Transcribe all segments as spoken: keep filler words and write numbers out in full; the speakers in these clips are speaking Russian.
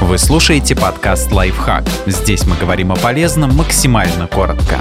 Вы слушаете подкаст «Лайфхак». Здесь мы говорим о полезном максимально коротко.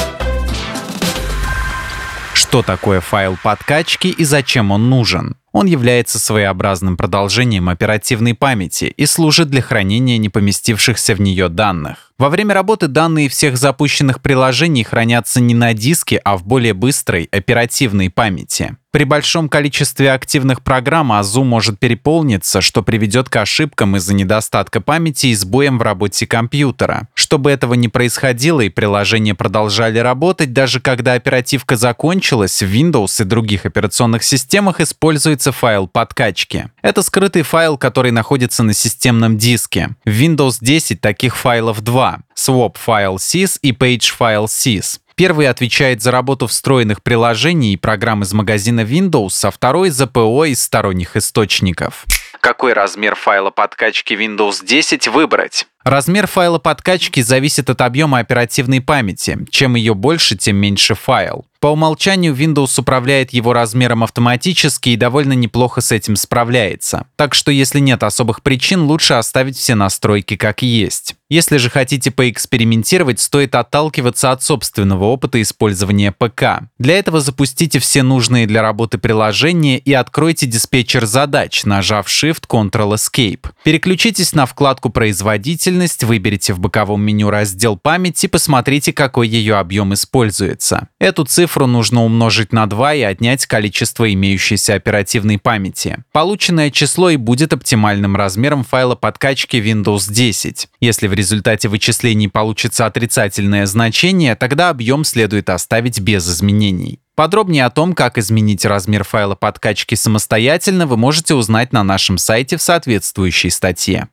Что такое файл подкачки и зачем он нужен? Он является своеобразным продолжением оперативной памяти и служит для хранения не поместившихся в нее данных. Во время работы данные всех запущенных приложений хранятся не на диске, а в более быстрой оперативной памяти. При большом количестве активных программ АЗУ может переполниться, что приведет к ошибкам из-за недостатка памяти и сбоям в работе компьютера. Чтобы этого не происходило и приложения продолжали работать, даже когда оперативка закончилась, в Windows и других операционных системах используется файл подкачки. Это скрытый файл, который находится на системном диске. В Windows десять таких файлов два – Swap File Sys и Page File Sys. Первый отвечает за работу встроенных приложений и программ из магазина Windows, а второй за ПО из сторонних источников. Какой размер файла подкачки Windows десять выбрать? Размер файла подкачки зависит от объема оперативной памяти. Чем ее больше, тем меньше файл. По умолчанию Windows управляет его размером автоматически и довольно неплохо с этим справляется. Так что если нет особых причин, лучше оставить все настройки как есть. Если же хотите поэкспериментировать, стоит отталкиваться от собственного опыта использования ПК. Для этого запустите все нужные для работы приложения и откройте диспетчер задач, нажав Shift-Ctrl-Escape. Переключитесь на вкладку «Производительность», выберите в боковом меню раздел «Память» и посмотрите, какой ее объем используется. Эту цифру нужно умножить на два и отнять количество имеющейся оперативной памяти. Полученное число и будет оптимальным размером файла подкачки Windows десять. Если в результате вычислений получится отрицательное значение, тогда объем следует оставить без изменений. Подробнее о том, как изменить размер файла подкачки самостоятельно, вы можете узнать на нашем сайте в соответствующей статье.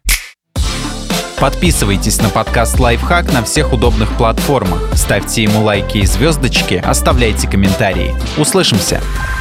Подписывайтесь на подкаст «Лайфхак» на всех удобных платформах, ставьте ему лайки и звездочки, оставляйте комментарии. Услышимся!